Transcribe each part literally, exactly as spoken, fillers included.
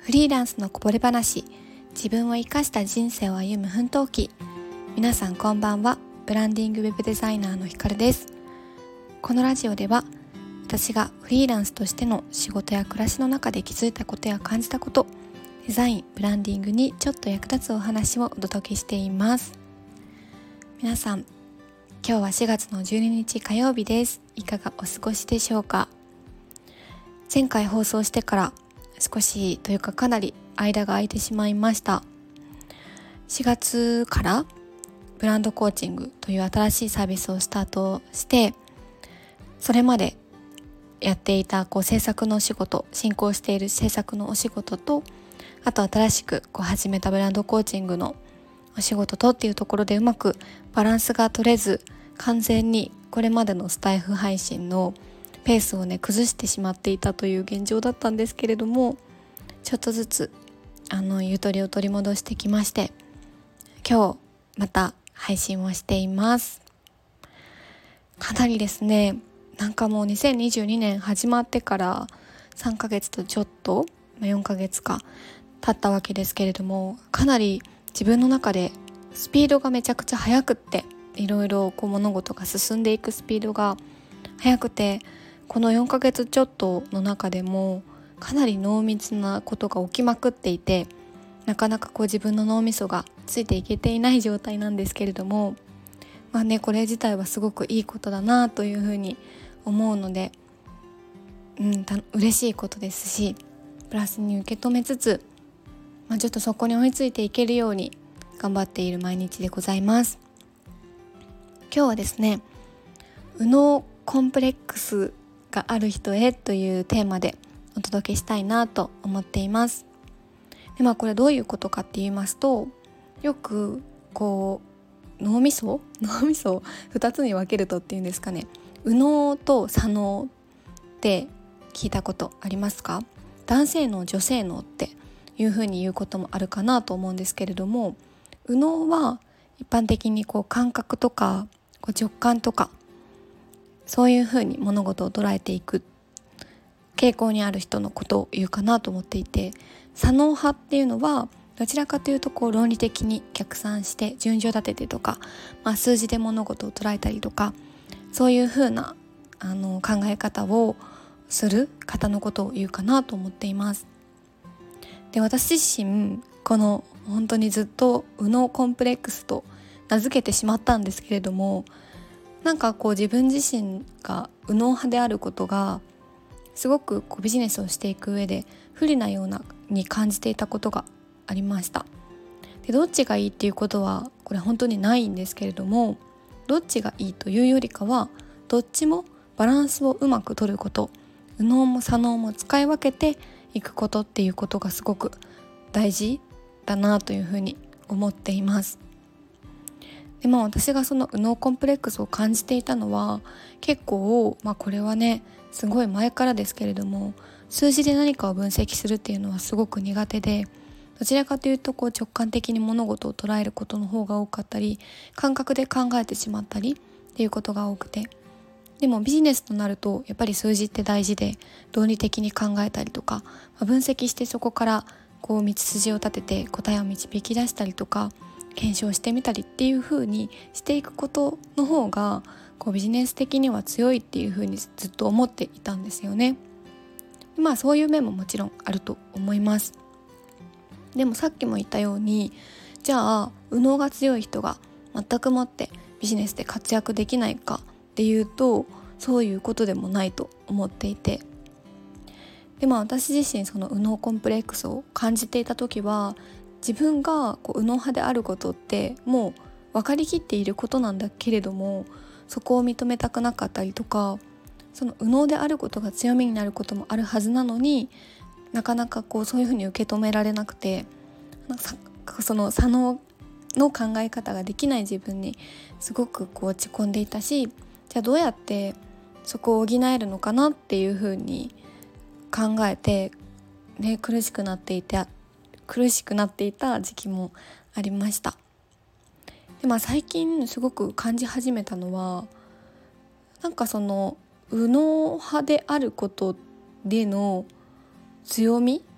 フリーランスのこぼれ話、自分を生かした人生を歩む奮闘記。皆さんこんばんは。ブランディングウェブデザイナーのひかるです。このラジオでは私がフリーランスとしての仕事や暮らしの中で気づいたことや感じたこと、デザイン、ブランディングにちょっと役立つお話をお届けしています。皆さん、今日はしがつのじゅうににち火曜日です。いかがお過ごしでしょうか。前回放送してから少しというかかなり間が空いてしまいました。しがつからブランドコーチングという新しいサービスをスタートして、それまでやっていたこう制作のお仕事、進行している制作のお仕事と、あと新しくこう始めたブランドコーチングのお仕事とっていうところでうまくバランスが取れず、完全にこれまでのスタイフ配信のペースをね崩してしまっていたという現状だったんですけれども、ちょっとずつあのゆとりを取り戻してきまして、今日また配信をしています。かなりですね、なんかもうにせんにじゅうにねん始まってからさんかげつとちょっと、まあ、よんかげつか経ったわけですけれども、かなり自分の中でスピードがめちゃくちゃ速くって、いろいろこう物事が進んでいくスピードが速くて、このよんかげつちょっとの中でもかなり濃密なことが起きまくっていて、なかなかこう自分の脳みそがついていけていない状態なんですけれども、まあね、これ自体はすごくいいことだなというふうに思うので、うん、た嬉しいことですし、プラスに受け止めつつ、まあ、ちょっとそこに追いついていけるように頑張っている毎日でございます。今日はですね、右脳コンプレックスがある人へというテーマでお届けしたいなと思っています。で、まあこれどういうことかって言いますと、よくこう脳みそ脳みそをふたつに分けるとっていうんですかね、右脳と左脳って聞いたことありますか？男性脳、女性脳っていうふうに言うこともあるかなと思うんですけれども、右脳は一般的にこう感覚とかこう直感とか、そういうふうに物事を捉えていく傾向にある人のことを言うかなと思っていて、左脳派っていうのはどちらかというとこう論理的に逆算して順序立ててとか、まあ、数字で物事を捉えたりとか、そういうふうなあの考え方をする方のことを言うかなと思っています。で、私自身この本当にずっと右脳コンプレックスと名付けてしまったんですけれども、なんかこう自分自身が右脳派であることがすごくこうビジネスをしていく上で不利なようなに感じていたことがありました。で、どっちがいいっていうことはこれ本当にないんですけれども、どっちがいいというよりかは、どっちもバランスをうまく取ること、右脳も左脳も使い分けていくことっていうことがすごく大事だなというふうに思っています。で、まあ私がその右脳コンプレックスを感じていたのは結構、まあこれはねすごい前からですけれども、数字で何かを分析するっていうのはすごく苦手で、どちらかというとこう直感的に物事を捉えることの方が多かったり、感覚で考えてしまったりっていうことが多くて、でもビジネスとなるとやっぱり数字って大事で、論理的に考えたりとか、まあ分析してそこからこう道筋を立てて答えを導き出したりとか、検証してみたりっていう風にしていくことの方がこうビジネス的には強いっていう風にずっと思っていたんですよね。まあそういう面ももちろんあると思います。でもさっきも言ったように、じゃあ右脳が強い人が全くもってビジネスで活躍できないかっていうと、そういうことでもないと思っていて、で、まあ私自身その右脳コンプレックスを感じていた時は、自分がこう右脳派であることってもう分かりきっていることなんだけれども、そこを認めたくなかったりとか、その右脳であることが強みになることもあるはずなのに、なかなかこうそういうふうに受け止められなくて、その左脳の考え方ができない自分にすごくこう落ち込んでいたし、じゃあどうやってそこを補えるのかなっていうふうに考えて、ね、苦しくなっていて苦しくなっていた時期もありました。で、まあ、最近すごく感じ始めたのは、なんかその右脳派であることでの強み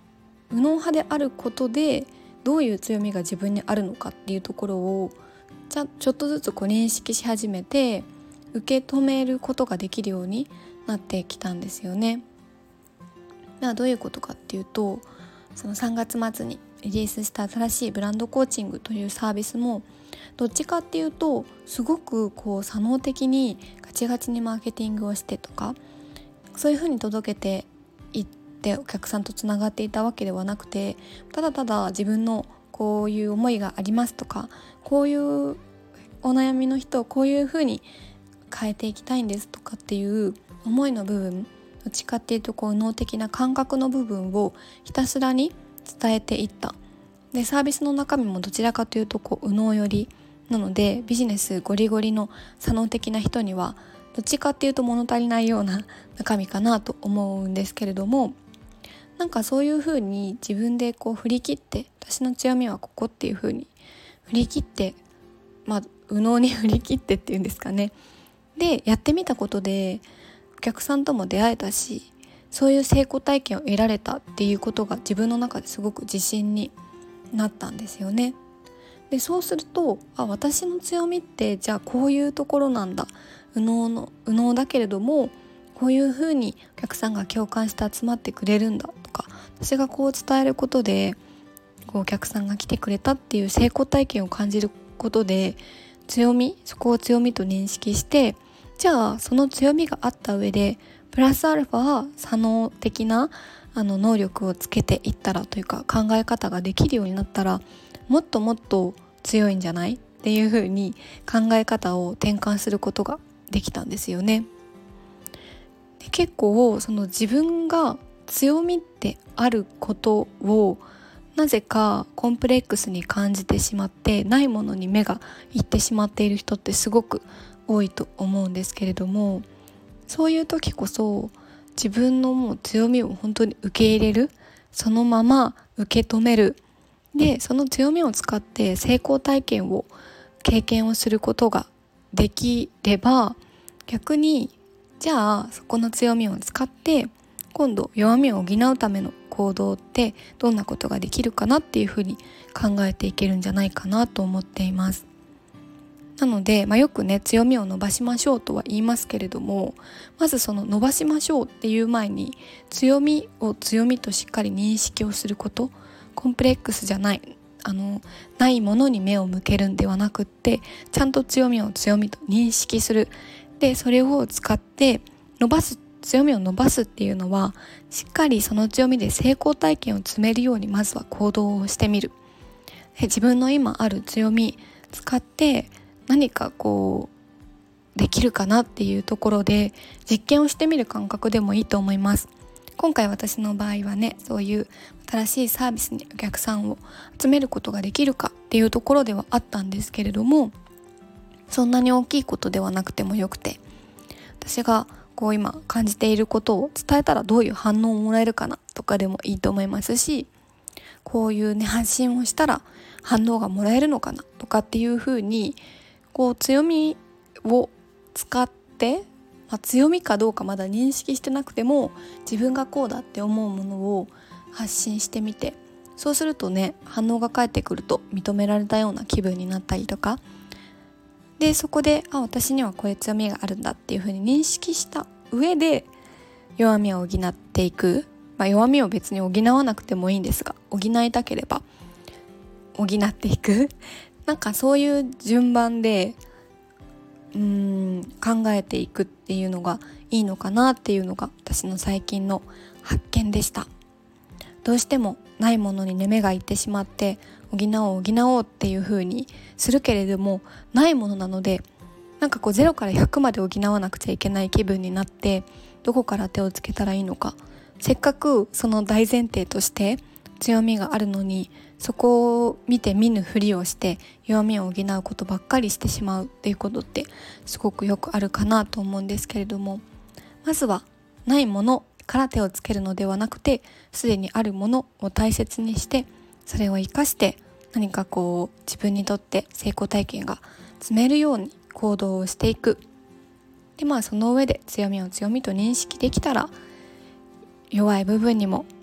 右脳派であることでどういう強みが自分にあるのかっていうところをちょ、ちょっとずつこう認識し始めて受け止めることができるようになってきたんですよね。ではどういうことかっていうと、そのさんがつ末にリリースした新しいブランドコーチングというサービスもどっちかっていうとすごくこう作能的にガチガチにマーケティングをしてとか、そういうふうに届けていってお客さんとつながっていたわけではなくて、ただただ自分のこういう思いがありますとか、こういうお悩みの人をこういうふうに変えていきたいんですとかっていう思いの部分、どっちかっていうとこう脳的な感覚の部分をひたすらに伝えていった。でサービスの中身もどちらかというとこう右脳寄りなので、ビジネスゴリゴリの作能的な人にはどっちかっていうと物足りないような中身かなと思うんですけれども、なんかそういう風に自分でこう振り切って、私の強みはここっていう風に振り切って、まあ右脳に振り切ってっていうんですかね。でやってみたことでお客さんとも出会えたし、そういう成功体験を得られたっていうことが自分の中ですごく自信になったんですよね。でそうすると、あ、私の強みってじゃあこういうところなんだ、右脳の右脳だけれどもこういうふうにお客さんが共感して集まってくれるんだとか、私がこう伝えることでこうお客さんが来てくれたっていう成功体験を感じることで、強み、そこを強みと認識して、じゃあその強みがあった上でプラスアルファ作能的なあの能力をつけていったらというか、考え方ができるようになったらもっともっと強いんじゃないっていう風に考え方を転換することができたんですよね。で結構その自分が強みってあることをなぜかコンプレックスに感じてしまって、ないものに目がいってしまっている人ってすごく多いと思うんですけれども、そういう時こそ自分のもう強みを本当に受け入れる、そのまま受け止める、でその強みを使って成功体験を経験をすることができれば、逆にじゃあそこの強みを使って今度弱みを補うための行動ってどんなことができるかなっていうふうに考えていけるんじゃないかなと思っています。なので、まあ、よくね強みを伸ばしましょうとは言いますけれども、まずその伸ばしましょうっていう前に強みを強みとしっかり認識をすること、コンプレックスじゃない、あのないものに目を向けるんではなくって、ちゃんと強みを強みと認識する。でそれを使って伸ばす、強みを伸ばすっていうのはしっかりその強みで成功体験を積めるようにまずは行動をしてみる。で自分の今ある強み使って何かこうできるかなっていうところで実験をしてみる感覚でもいいと思います。今回私の場合はね、そういう新しいサービスにお客さんを集めることができるかっていうところではあったんですけれども、そんなに大きいことではなくてもよくて、私がこう今感じていることを伝えたらどういう反応をもらえるかなとかでもいいと思いますし、こういうね発信をしたら反応がもらえるのかなとかっていうふうに、こう強みを使ってまあ、強みかどうかまだ認識してなくても自分がこうだって思うものを発信してみて、そうするとね反応が返ってくると認められたような気分になったりとかで、そこであ私にはこういう強みがあるんだっていうふうに認識した上で弱みを補っていく、まあ、弱みを別に補わなくてもいいんですが、補いたければ補っていくなんかそういう順番でうーん考えていくっていうのがいいのかなっていうのが私の最近の発見でした。どうしてもないものにね目がいってしまって補おう補おうっていう風にするけれども、ないものなのでなんかこうゼロからひゃくまで補わなくちゃいけない気分になって、どこから手をつけたらいいのか、せっかくその大前提として強みがあるのにそこを見て見ぬふりをして弱みを補うことばっかりしてしまうっていうことってすごくよくあるかなと思うんですけれども、まずはないものから手をつけるのではなくて、すでにあるものを大切にしてそれを生かして何かこう自分にとって成功体験が積めるように行動をしていく。でまあその上で強みを強みと認識できたら弱い部分にも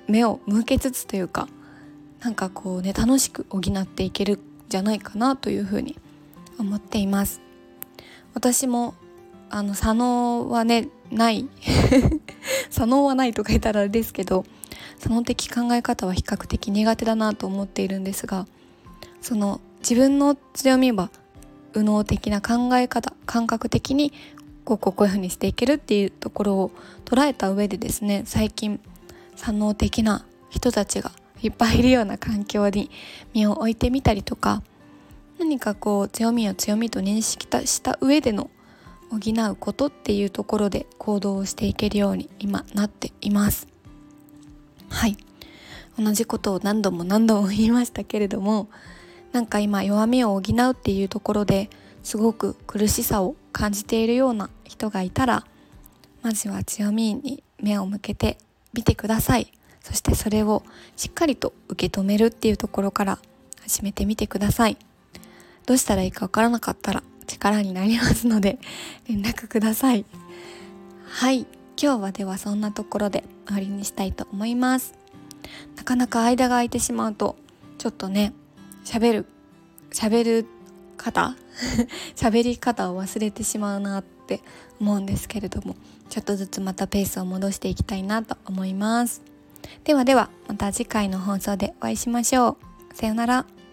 目を向けつつというか、なんかこうね楽しく補っていけるんじゃないかなというふうに思っています。私もあの左脳はねない左脳はないとか言ったらあれですけど、左脳的考え方は比較的苦手だなと思っているんですが、その自分の強みは右脳的な考え方、感覚的にこうこうこういうふうにしていけるっていうところを捉えた上でですね、最近左脳的な人たちがいっぱいいるような環境に身を置いてみたりとか、何かこう強みを強みと認識した上での補うことっていうところで行動をしていけるように今なっています。はい、同じことを何度も何度も言いましたけれども、なんか今弱みを補うっていうところですごく苦しさを感じているような人がいたら、まずは強みに目を向けてみてください。そしてそれをしっかりと受け止めるっていうところから始めてみてください。どうしたらいいかわからなかったら力になりますので連絡ください。はい、今日はではそんなところで終わりにしたいと思います。なかなか間が空いてしまうとちょっとね喋る喋る方喋り方を忘れてしまうなって思うんですけれども、ちょっとずつまたペースを戻していきたいなと思います。ではではまた次回の放送でお会いしましょう。さようなら。